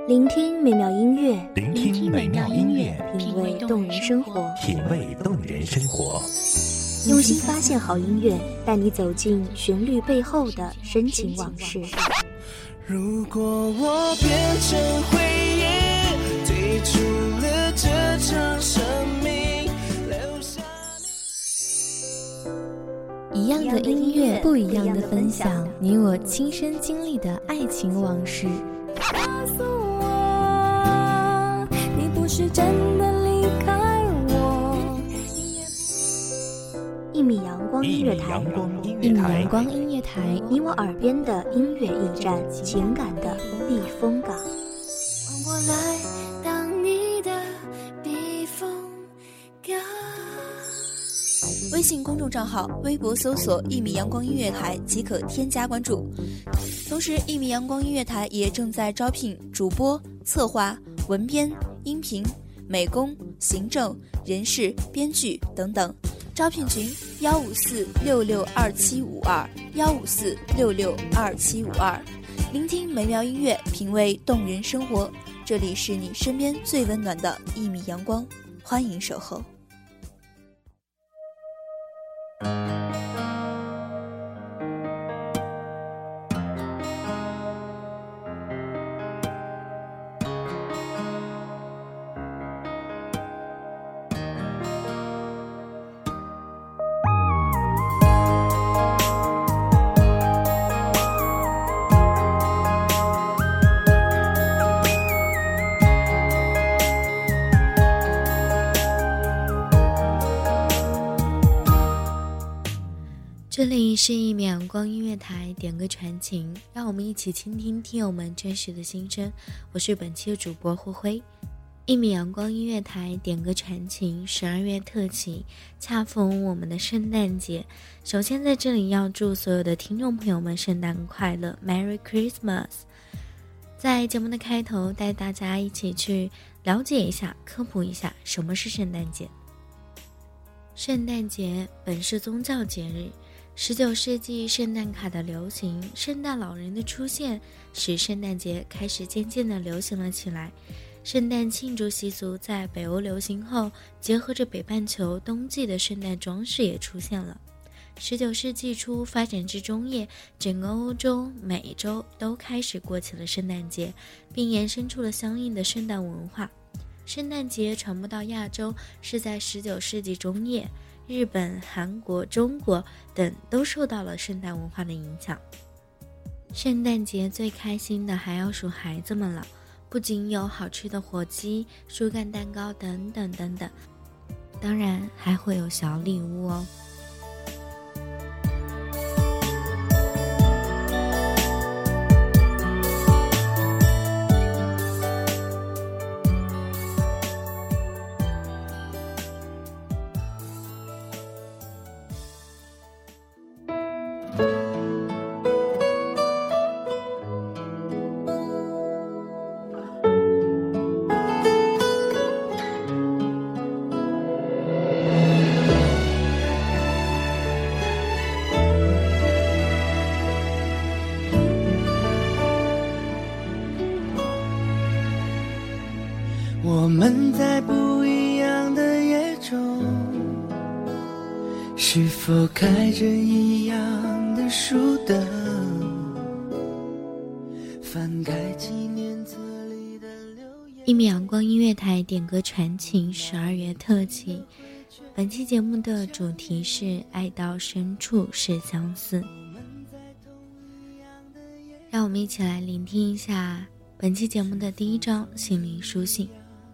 聆听美妙音乐， 品味动人生活， 用心发现好音乐，带你走进旋律背后的深情往事。 如果我变成回忆，退出了这场生命，留下一样的音乐，不一样的分享，你我亲身经历的爱情往事。 告诉我，你不是真的离开我。 一米阳光音乐台，你我耳边的音乐驿站，情感的避风港。 让我来当你的避风港。 微信公众账号、微博搜索“一米阳光音乐台”即可添加关注。同时，一米阳光音乐台也正在招聘主播、策划、文编、音频、美工、行政、人事、编剧等等。招聘群154662752，154662752。聆听美妙音乐，品味动人生活。这里是你身边最温暖的一米阳光，欢迎守候。这里是一米阳光音乐台，点歌传情，让我们一起倾听听友们真实的心声。我是本期的主播霍辉。一米阳光音乐台点歌传情，12月特辑，恰逢我们的圣诞节。首先在这里要祝所有的听众朋友们圣诞快乐 ，Merry Christmas！ 在节目的开头，带大家一起去了解一下、科普一下什么是圣诞节。圣诞节本是宗教节日。19世纪圣诞卡的流行，圣诞老人的出现，使圣诞节开始渐渐地流行了起来。圣诞庆祝习俗在北欧流行后，结合着北半球冬季的圣诞装饰也出现了。19世纪初发展至中叶，整个欧洲、美洲都开始过起了圣诞节，并延伸出了相应的圣诞文化。圣诞节传播到亚洲是在19世纪中叶。日本、韩国、中国等都受到了圣诞文化的影响。圣诞节最开心的还要数孩子们了，不仅有好吃的火鸡、树干蛋糕等等等等，当然还会有小礼物哦。 我们在不一样的夜中，是否开着一样的书灯？翻开纪念册里的留言。 一米阳光音乐台点歌传情12月特辑，本期节目的主题是爱到深处是相似。让我们一起来聆听一下本期节目的第一章心灵书信。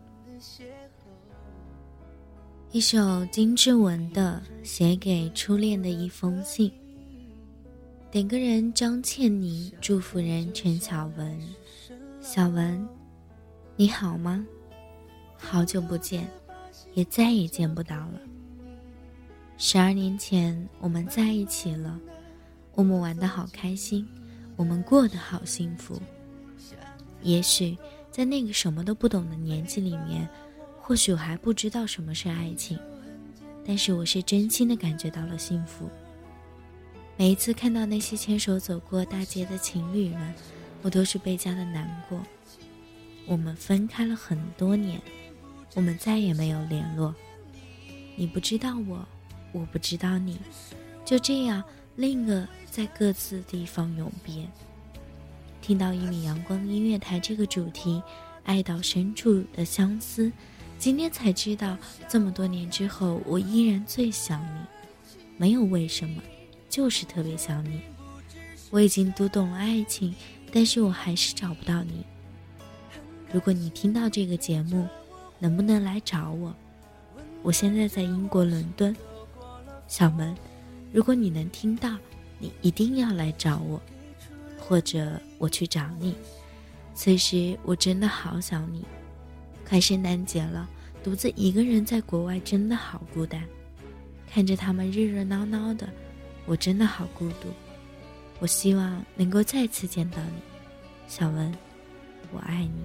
一首金志文的写给初恋的一封信。点歌人张倩妮，祝福人陈小文。小文，你好吗？好久不见，也再也见不到了。12年前我们在一起了，我们玩得好开心，我们过得好幸福。也许在那个什么都不懂的年纪里面，或许我还不知道什么是爱情，但是我是真心的感觉到了幸福。每一次看到那些牵手走过大街的情侣们，我都是倍加的难过。 我们分开了很多年，我们再也没有联络。你不知道我，我不知道你，就这样另一个在各自地方永别。听到1米阳光音乐台这个主题，爱到深处的相思，今天才知道，这么多年之后，我依然最想你，没有为什么，就是特别想你。我已经读懂了爱情，但是我还是找不到你。如果你听到这个节目，能不能来找我？我现在在英国伦敦。小门，如果你能听到，你一定要来找我，或者我去找你。此时我真的好想你。快圣诞节了，独自一个人在国外真的好孤单，看着他们热热闹闹的，我真的好孤独。我希望能够再次见到你，小文，我爱你。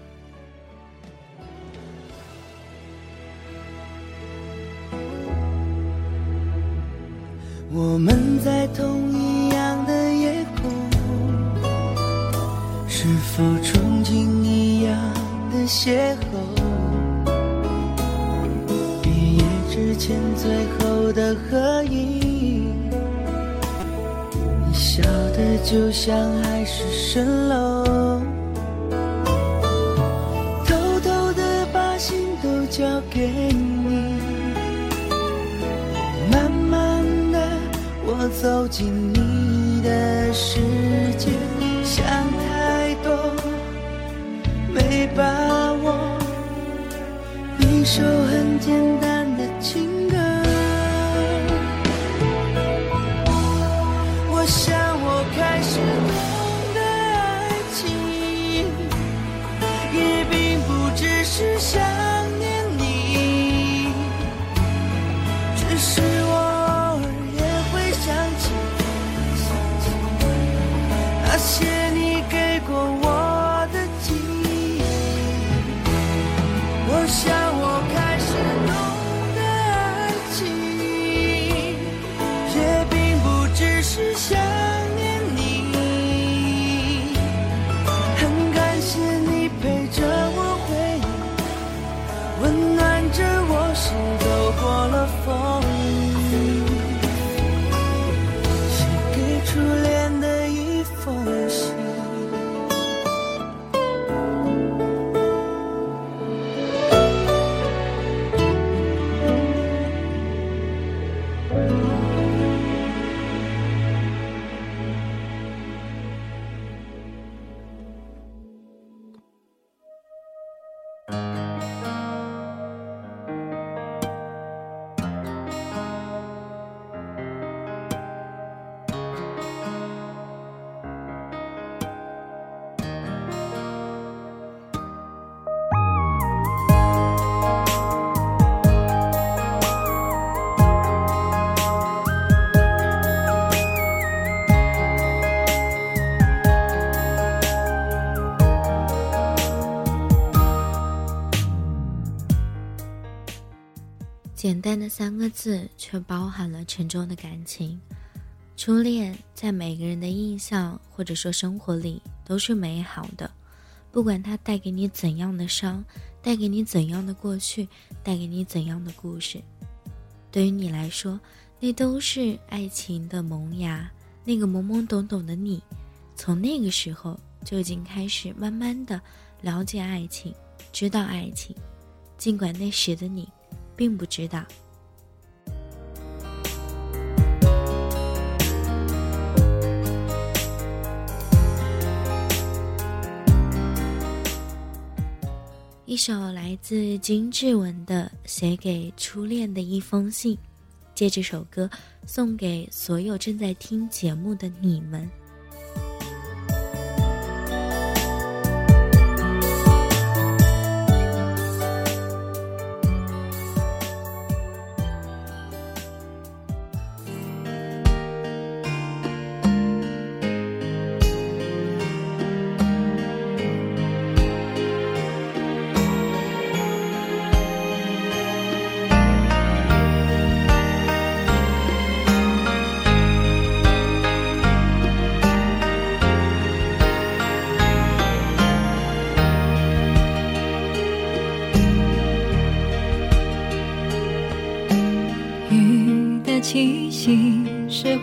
我们在同一样的夜空，是否憧憬一样的邂逅？毕业之前最后的合影，你笑得就像海市蜃楼，偷偷地把心都交给你。慢慢的我走进你的世界，想太多没把握，一首很简单的情歌。我想我开始懂得爱情，也并不只是想念你，只是我偶尔也会想起那些你给过我的记忆。我想我开始懂得爱情，也并不只是想念你。很感谢你陪着我回忆，温暖着我心，走过了风雨，写给初恋的一封信。 简单的3个字，却包含了沉重的感情。初恋在每个人的印象或者说生活里都是美好的，不管它带给你怎样的伤，带给你怎样的过去，带给你怎样的故事，对于你来说，那都是爱情的萌芽。那个懵懵懂懂的你，从那个时候就已经开始慢慢的了解爱情，知道爱情，尽管那时的你并不知道。一首来自金志文的《写给初恋的一封信》，借这首歌送给所有正在听节目的你们。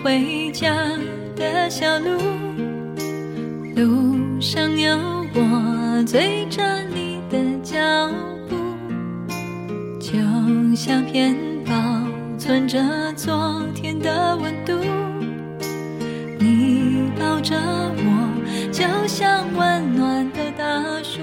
回家的小路，路上有我追着你的脚步，就像片保存着昨天的温度，你抱着我就像温暖的大树。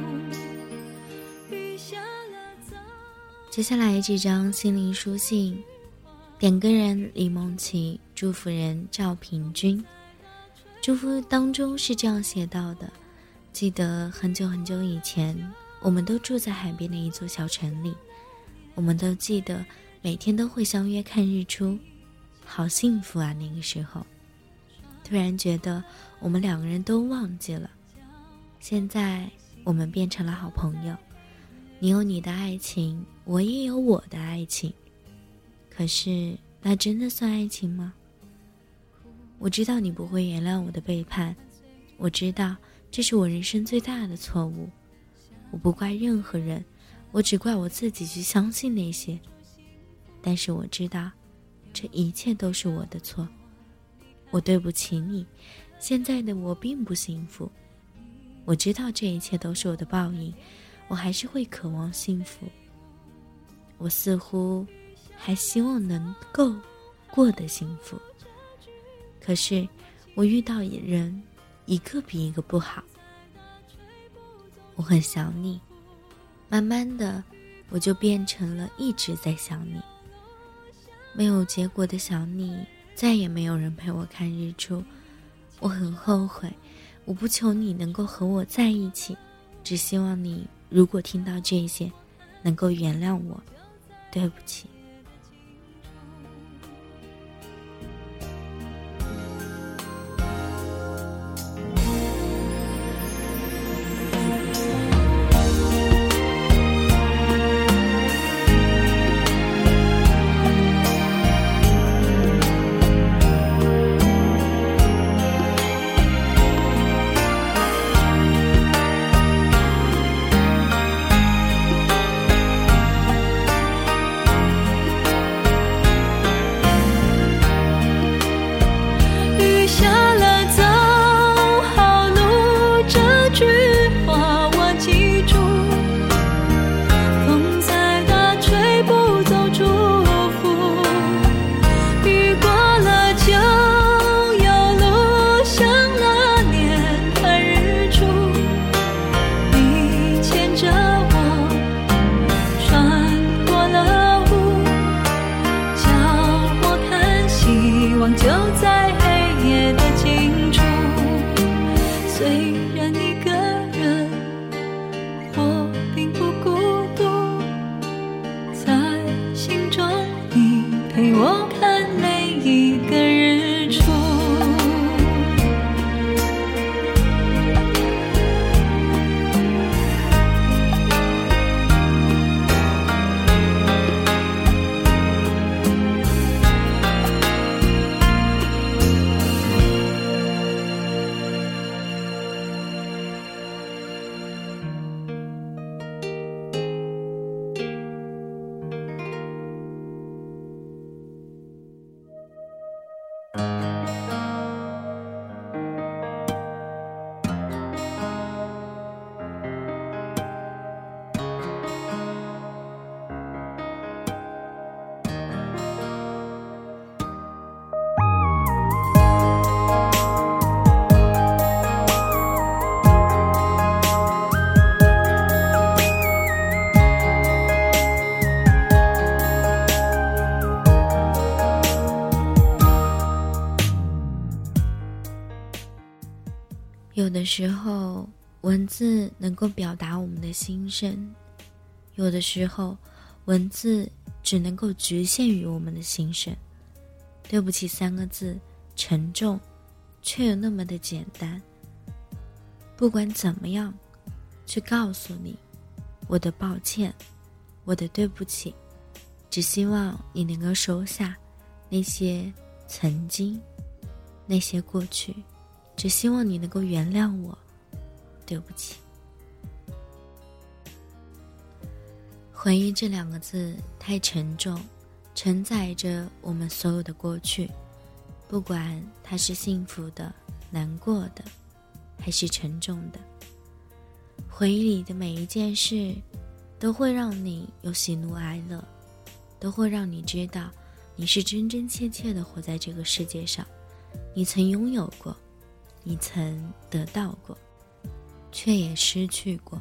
雨下了走。 接下来这张心灵书信，点歌人李梦琪，祝福人赵平君。祝福当中是这样写到的：记得很久很久以前，我们都住在海边的一座小城里，我们都记得每天都会相约看日出，好幸福啊！那个时候突然觉得我们两个人都忘记了，现在我们变成了好朋友，你有你的爱情，我也有我的爱情，可是那真的算爱情吗？我知道你不会原谅我的背叛，我知道这是我人生最大的错误，我不怪任何人，我只怪我自己去相信那些，但是我知道这一切都是我的错，我对不起你，现在的我并不幸福，我知道这一切都是我的报应，我还是会渴望幸福，我似乎还希望能够过得幸福，可是我遇到人一个比一个不好，我很想你，慢慢的我就变成了一直在想你，没有结果的想你，再也没有人陪我看日出，我很后悔，我不求你能够和我在一起，只希望你如果听到这些能够原谅我，对不起。有的时候文字能够表达我们的心声，有的时候文字只能够局限于我们的心声。对不起3个字沉重，却又那么的简单。不管怎么样，去告诉你我的抱歉，我的对不起，只希望你能够收下那些曾经，那些过去，只希望你能够原谅我，对不起。回忆这2个字太沉重，承载着我们所有的过去。 不管它是幸福的、难过的，还是沉重的，回忆里的每一件事都会让你有喜怒哀乐，都会让你知道你是真真切切的活在这个世界上，你曾拥有过，你曾得到过，却也失去过。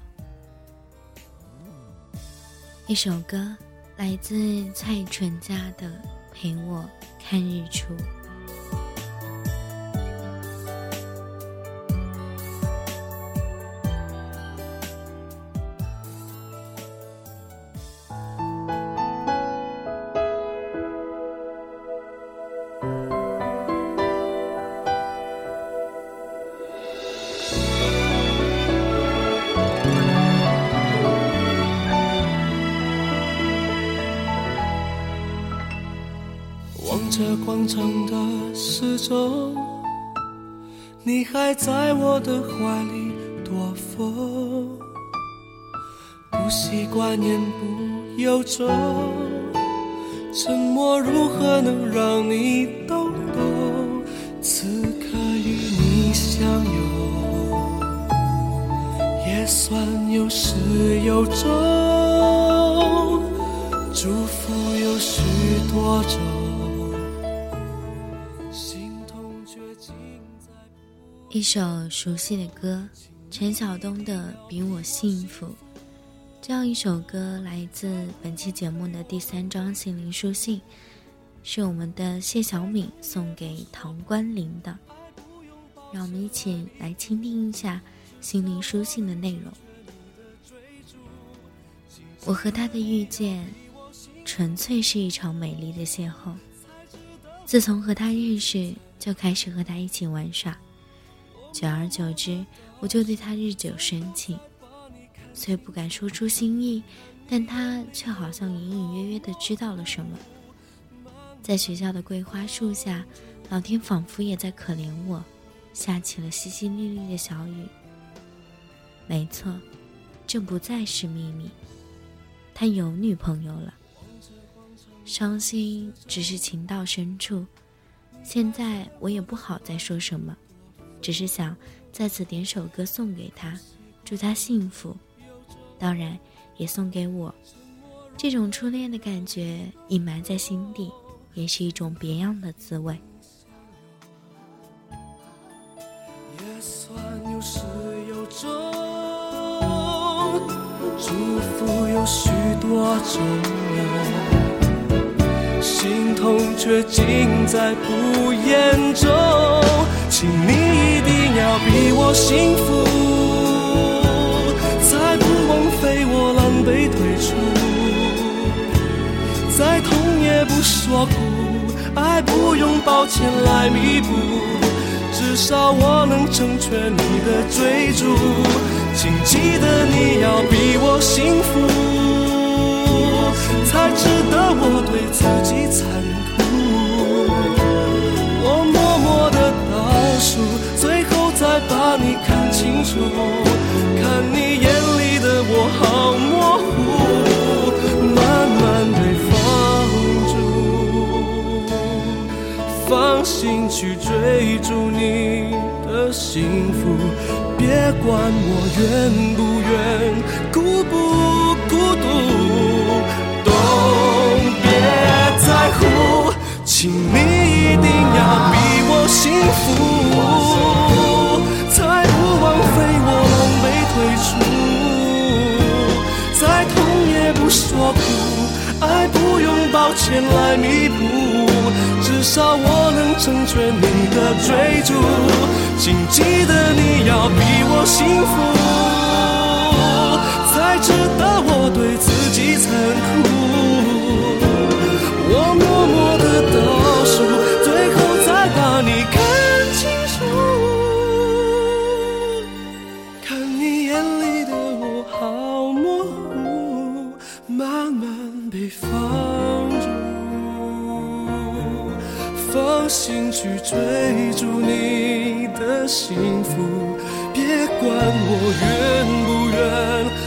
一首歌来自蔡淳佳的《陪我看日出》。 望着广场的时钟，你还在我的怀里躲风，不习惯言不由衷，沉默如何能让你懂懂？此刻与你相拥，也算有始有终，祝福有许多种。 一首熟悉的歌，陈晓东的《比我幸福》。这样一首歌来自本期节目的第3张心灵书信，是我们的谢小敏送给唐关林的。让我们一起来倾听一下心灵书信的内容。我和他的遇见纯粹是一场美丽的邂逅，自从和他认识就开始和他一起玩耍，久而久之我就对他日久生情，虽不敢说出心意，但他却好像隐隐约约地知道了什么。在学校的桂花树下，老天仿佛也在可怜我，下起了淅淅沥沥的小雨。没错，这不再是秘密，他有女朋友了。伤心只是情到深处，现在我也不好再说什么，只是想在此点首歌送给他，祝他幸福，当然也送给我。这种初恋的感觉隐埋在心底，也是一种别样的滋味。 也算有始有终，祝福有许多种，心痛却尽在不言中，请你一定要比我幸福，才不枉费我狼狈退出，再痛也不说苦，爱不用抱歉来弥补，至少我能成全你的追逐，请记得你要比我幸福，才值得我对自己残酷。我默默地倒数，最后再把你看清楚，看你眼里的我好模糊，慢慢被放逐，放心去追逐你的幸福，别管我愿不愿，孤不孤独，都别在乎，请你一定要比我幸福，才不枉费我狼狈退出，再痛也不说苦，爱不用抱歉来弥补，至少我能成全你的追逐，请记得你要比我幸福，才值得我对自己残酷。我默默地倒数，最后再把你看清楚，看你眼里的我好模糊，慢慢被放逐，放心去追逐你的幸福，别管我愿不愿。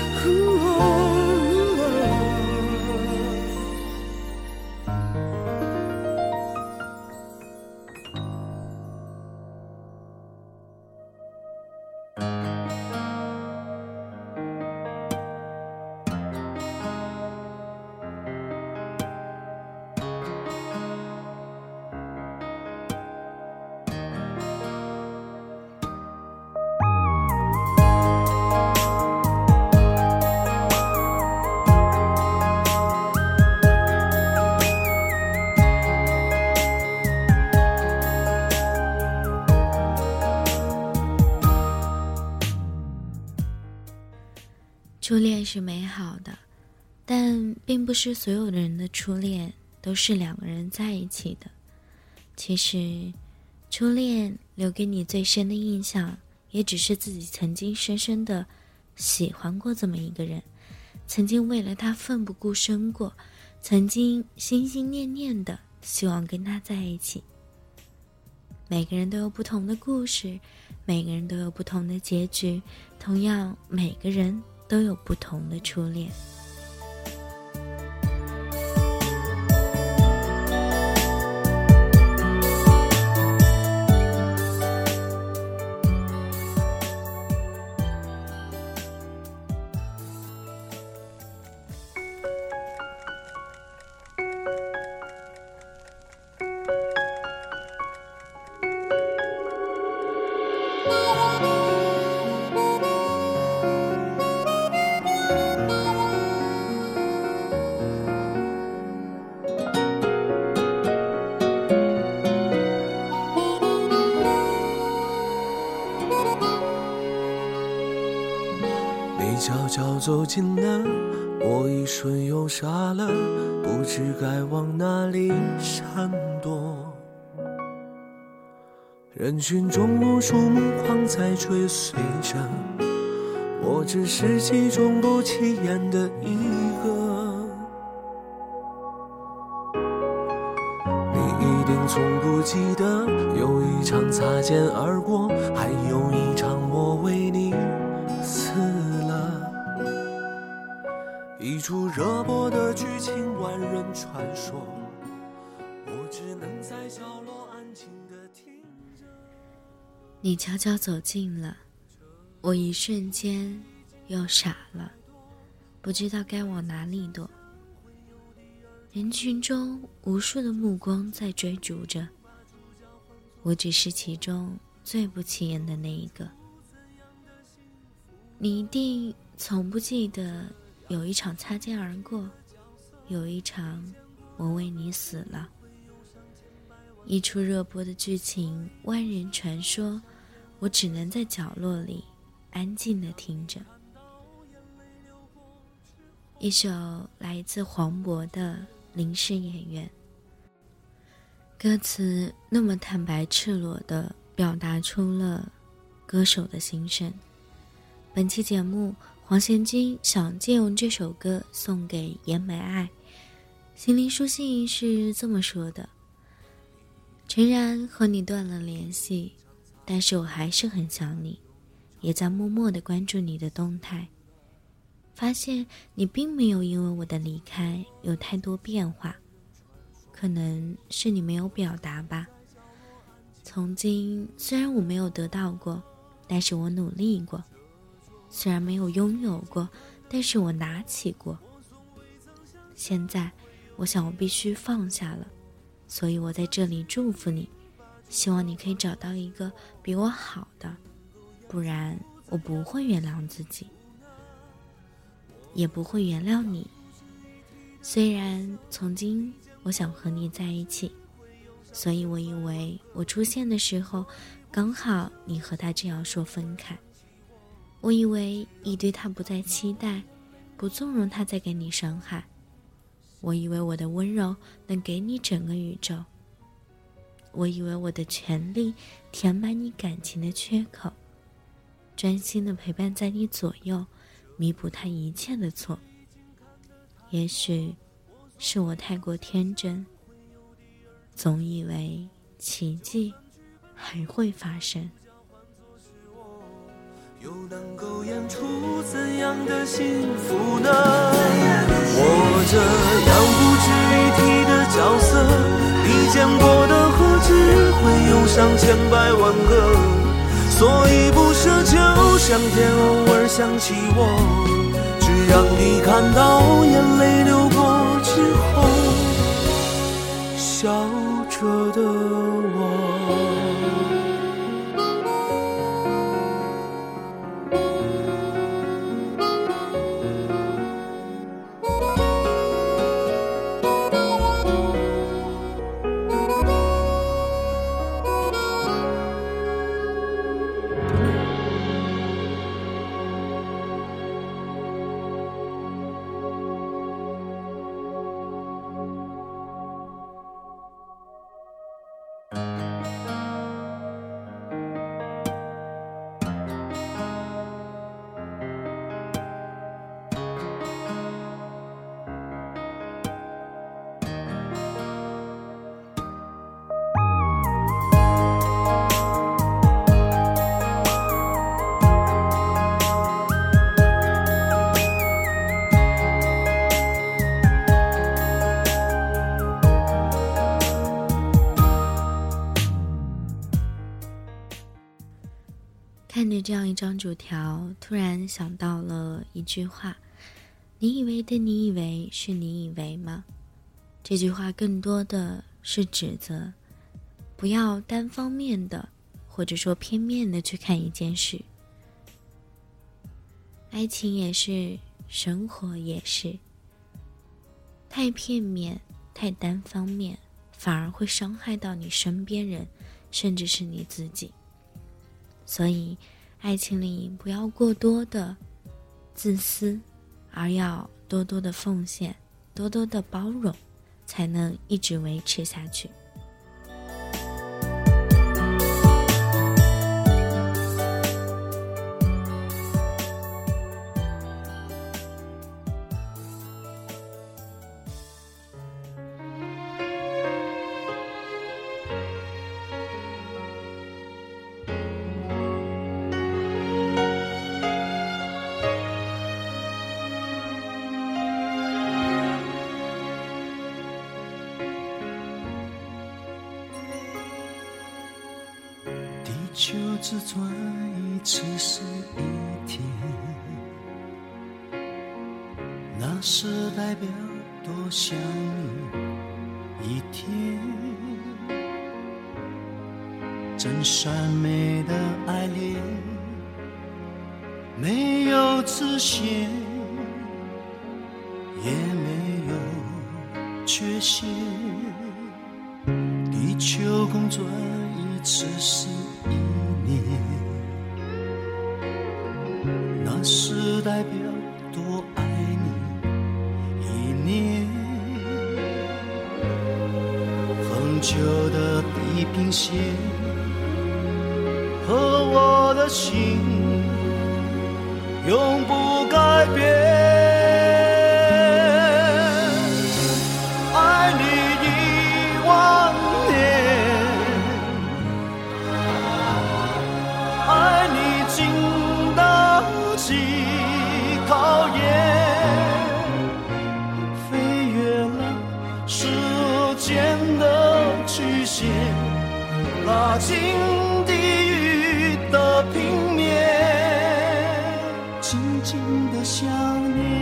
初恋是美好的，但并不是所有人的初恋都是两个人在一起的。其实，初恋留给你最深的印象，也只是自己曾经深深的喜欢过这么一个人，曾经为了他奋不顾身过，曾经心心念念的希望跟他在一起。每个人都有不同的故事，每个人都有不同的结局，同样每个人都有不同的初恋。 悄悄走近了，我一瞬又傻了，不知该往哪里闪躲。人群中无数目光在追随着，我只是其中不起眼的一个。你一定从不记得，有一场擦肩而过，还有一场我为你死了。一出热播的剧情，万人传说，我只能在角落安静地听着。 你悄悄走近了，我一瞬间又傻了，不知道该往哪里躲。人群中无数的目光在追逐着，我只是其中最不起眼的那一个。你一定从不记得有一场擦肩而过，有一场我为你死了。一出热播的剧情，万人传说，我只能在角落里安静地听着。一首来自黄渤的《临时演员》，歌词那么坦白赤裸地表达出了歌手的心声。本期节目，黄贤君想借用这首歌送给严美爱。心灵书信是这么说的：诚然和你断了联系，但是我还是很想你，也在默默地关注你的动态，发现你并没有因为我的离开有太多变化，可能是你没有表达吧。从今虽然我没有得到过，但是我努力过，虽然没有拥有过，但是我拿起过。现在我想我必须放下了，所以我在这里祝福你，希望你可以找到一个比我好的，不然我不会原谅自己，也不会原谅你。虽然从今我想和你在一起，所以我以为我出现的时候刚好你和他这样说分开，我以为你对他不再期待，不纵容他再给你伤害，我以为我的温柔能给你整个宇宙，我以为我的全力填满你感情的缺口，专心的陪伴在你左右，弥补他一切的错。也许是我太过天真，总以为奇迹还会发生。 又能够演出怎样的幸福呢？我这样不值一提的角色，你见过的何止会有上千百万个，所以不奢求上天偶尔想起我，只让你看到眼泪流过之后笑着的我。 这样一张纸条，突然想到了一句话：你以为的你以为是你以为吗？这句话更多的是指责，不要单方面的或者说片面的去看一件事。爱情也是，生活也是，太片面太单方面反而会伤害到你身边人，甚至是你自己。所以爱情里不要过多的自私，而要多多的奉献，多多的包容，才能一直维持下去。 地球只转一次是一天，那是代表多想你一天。真善美的爱恋，没有极限，也没有缺陷。地球公转一次是一年，那是代表多爱你一年。恒久的地平线和我的心永不改变。爱你10000年，爱你经得起考验，飞越了时间的曲线，拉近地狱的平面，静静的想念。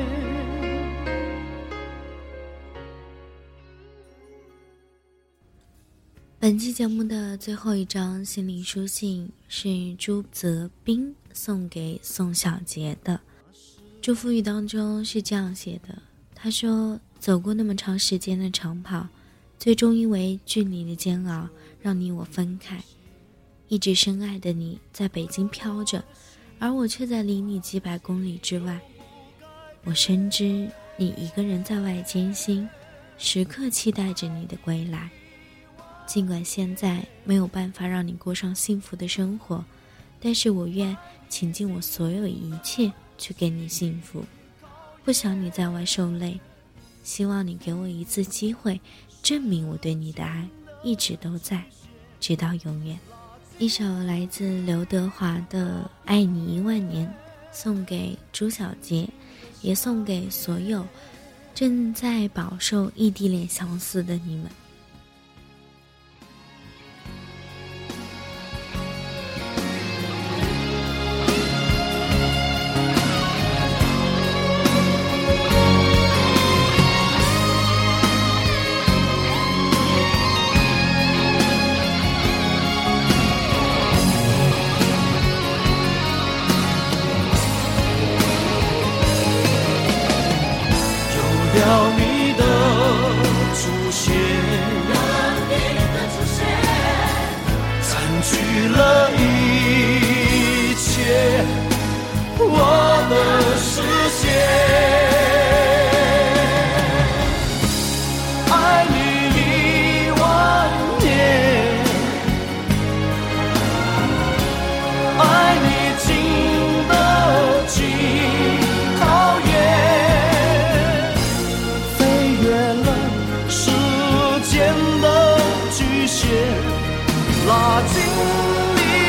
本期节目的最后一张心灵书信是朱泽斌送给宋小杰的，祝福语当中是这样写的，他说，走过那么长时间的长跑，最终因为距离的煎熬让你我分开，一直深爱的你在北京飘着，而我却在离你几百公里之外。我深知你一个人在外艰辛，时刻期待着你的归来。尽管现在没有办法让你过上幸福的生活，但是我愿倾尽我所有一切去给你幸福，不想你在外受累，希望你给我一次机会，证明我对你的爱一直都在，直到永远。一首来自刘德华的《爱你10000年》，送给朱小杰，也送给所有正在饱受异地恋相思的你们。 了你的出现，占据了一切我的视线。爱你10000年，爱你经得起考验。拉近你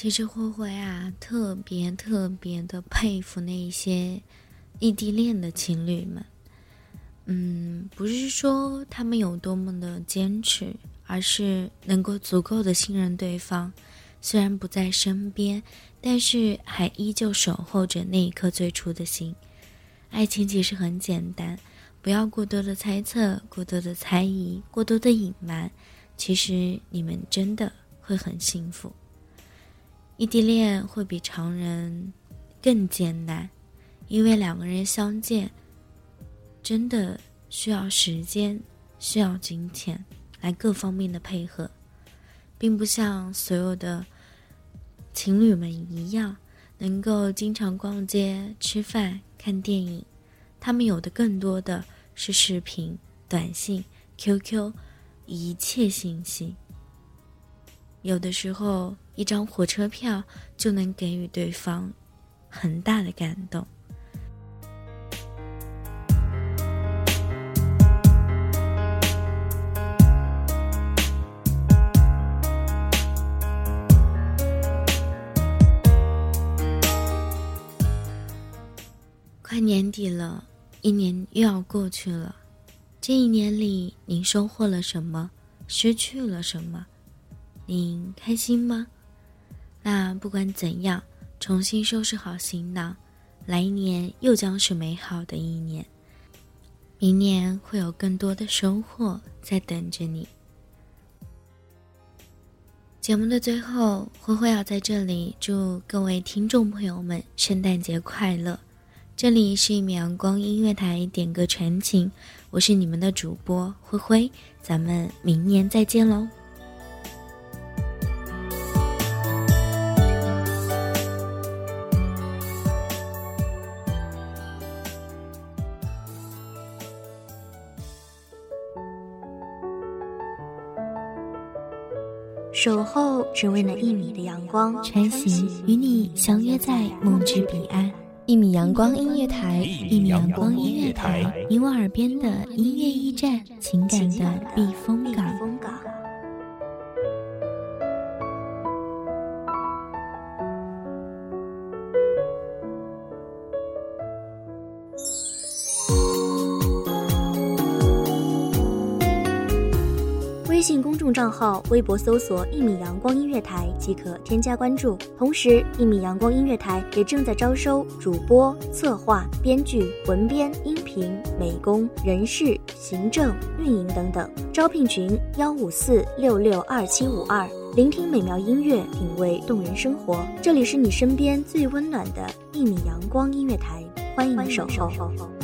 其实灰灰啊，特别的佩服那一些异地恋的情侣们。不是说他们有多么的坚持，而是能够足够的信任对方，虽然不在身边，但是还依旧守候着那一颗最初的心。爱情其实很简单，不要过多的猜测，过多的猜疑，过多的隐瞒，其实你们真的会很幸福。异地恋会比常人更艰难，因为两个人相见真的需要时间，需要金钱来各方面的配合，并不像所有的情侣们一样能够经常逛街、吃饭、看电影。他们有的更多的是视频、短信、QQ， 一切信息。有的时候一张火车票就能给予对方很大的感动。快年底了，一年又要过去了。这一年里，您收获了什么？失去了什么？您开心吗？那不管怎样，重新收拾好行囊，来年又将是美好的一年。明年会有更多的收获在等着你。节目的最后，灰灰要在这里祝各位听众朋友们圣诞节快乐。这里是一米阳光音乐台点歌传情，我是你们的主播灰灰，咱们明年再见喽。 守候只为那1米的阳光， 穿行与你相约在梦之彼岸。1米阳光音乐台，1米阳光音乐台，你我耳边的音乐驿站，情感的避风港。 微信公众账号、微博搜索“1米阳光音乐台”即可添加关注。同时，1米阳光音乐台也正在招收主播、策划、编剧、文编、音频、美工、人事、行政、运营等等。招聘群154662752。聆听美妙音乐，品味动人生活。这里是你身边最温暖的1米阳光音乐台，欢迎守候。